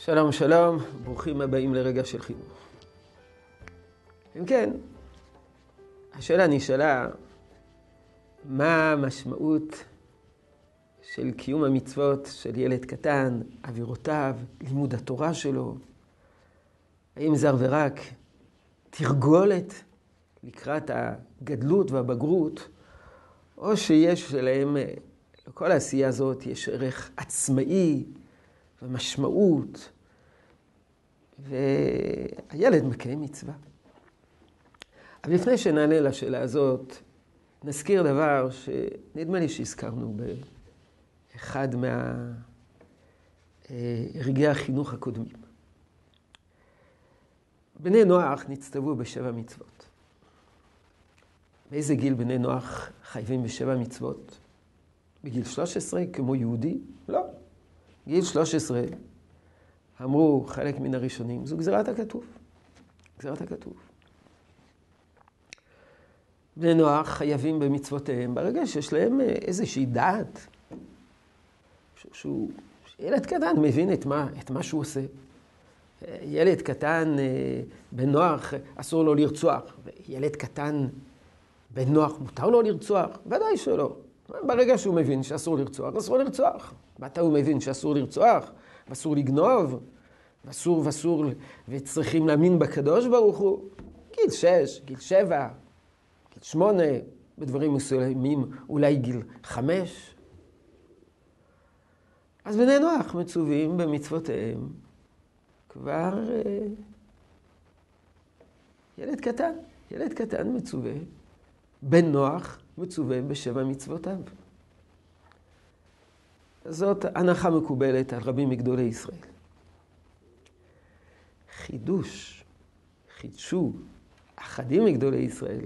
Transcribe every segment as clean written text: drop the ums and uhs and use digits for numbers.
שלום שלום, ברוכים הבאים לרגע של חינוך. אם כן, השאלה נשאלה, מה המשמעות של קיום המצוות של ילד קטן, אווירותיו, לימוד התורה שלו? האם זה רק תרגולת לקראת הגדלות והבגרות, או שיש להם, לכל העשייה הזאת יש ערך עצמאי ומשמעות, והילד מקיים מצווה. אבל לפני שנענה לשאלה הזאת, נזכיר דבר שנדמה לי שהזכרנו באחד מהרגעי החינוך הקודמים. בני נוח נצטוו ב7 מצוות. באיזה גיל בני נוח חייבים ב7 מצוות? בגיל 13 כמו יהודי? לא. גיל 13 אמרו חלק מן הראשונים, זו גזירת הכתוב. גזירת הכתוב. בני נוח חייבים במצוותיהם ברגע שיש להם איזושהי דעת. ילד קטן מבין את מה שהוא עושה. ילד קטן, בן נוח אסור לו לרצוח. ילד קטן, בן נוח מותר לו לרצוח? ודאי שלא. ברגע שהוא מבין שאסור לרצוח, אסור לרצוח. מתי הוא מבין שאסור לרצוח? ואסור לגנוב? ואסור וצריכים להאמין בקדוש ברוך הוא? גיל 6, גיל 7, גיל 8, בדברים מסוימים אולי גיל 5. אז בני נוח מצווים במצוותיהם כבר ילד קטן מצווה, בן נוח מצווה ב7 מצוותיו. זאת הנחה מקובלת על רבים מגדולי ישראל. חידשו אחדים מגדולי ישראל,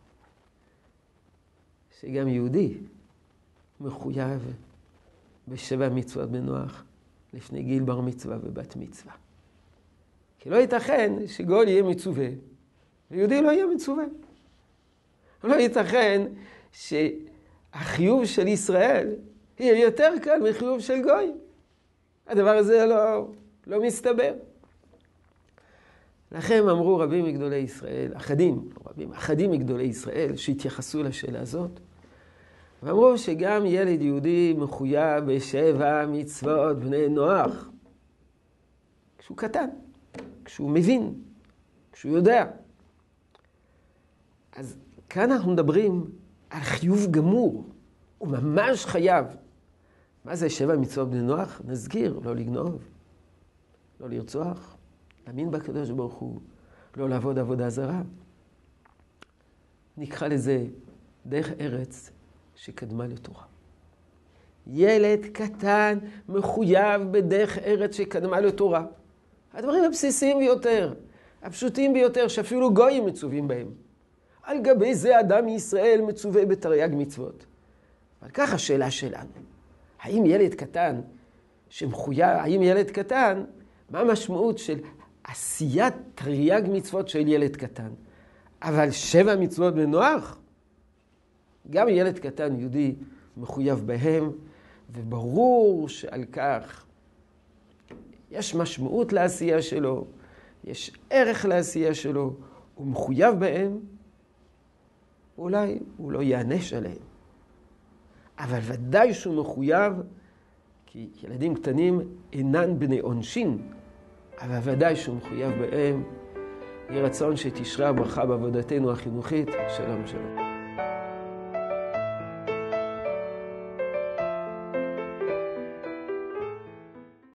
שגם יהודי מחויב ב7 מצוות בן נוח לפני גיל בר מצווה ובת מצווה. כי לא ייתכן שגוי יהיה מצווה ויהודי לא יהיה מצווה. לא ייתכן שהחיוב של ישראל יהיה יותר קל מחיוב של גוי. הדבר הזה לא מסתבר. לכן אמרו רבים מגדולי ישראל, אחדים מגדולי ישראל שהתייחסו לשאלה הזאת, ואמרו שגם ילד יהודי מחויב ב7 מצוות בני נוח, כשהוא קטן, כשהוא מבין, כשהוא יודע. אז כאן אנחנו מדברים על חיוב גמור, הוא ממש חייב. מה זה 7 מצוות בני נוח? נזכיר, לא לגנוב, לא לרצוח, להאמין בקדוש ברוך הוא, לא לעבוד עבודה זרה. נקרא לזה דרך ארץ שקדמה לתורה. ילד קטן מחויב בדרך ארץ שקדמה לתורה. הדברים הבסיסיים ביותר, הפשוטים ביותר, שאפילו גויים מצווים בהם. על גבי זה אדם מישראל מצווה בתרי"ג מצוות. אבל כך השאלה שלנו, האם ילד קטן, מה המשמעות של עשיית תרי"ג מצוות של ילד קטן? אבל 7 מצוות בני נוח? גם ילד קטן יהודי מחויב בהם, וברור שעל כך יש משמעות לעשייה שלו, יש ערך לעשייה שלו, הוא מחויב בהם, אולי הוא לא יענש עליהם. אבל ודאי שהוא מחויב, כי ילדים קטנים אינן בני עונשין, אבל ודאי שהוא מחויב בהם. יהי רצון שתשרה ברכה בעבודתנו החינוכית. שלום שלום.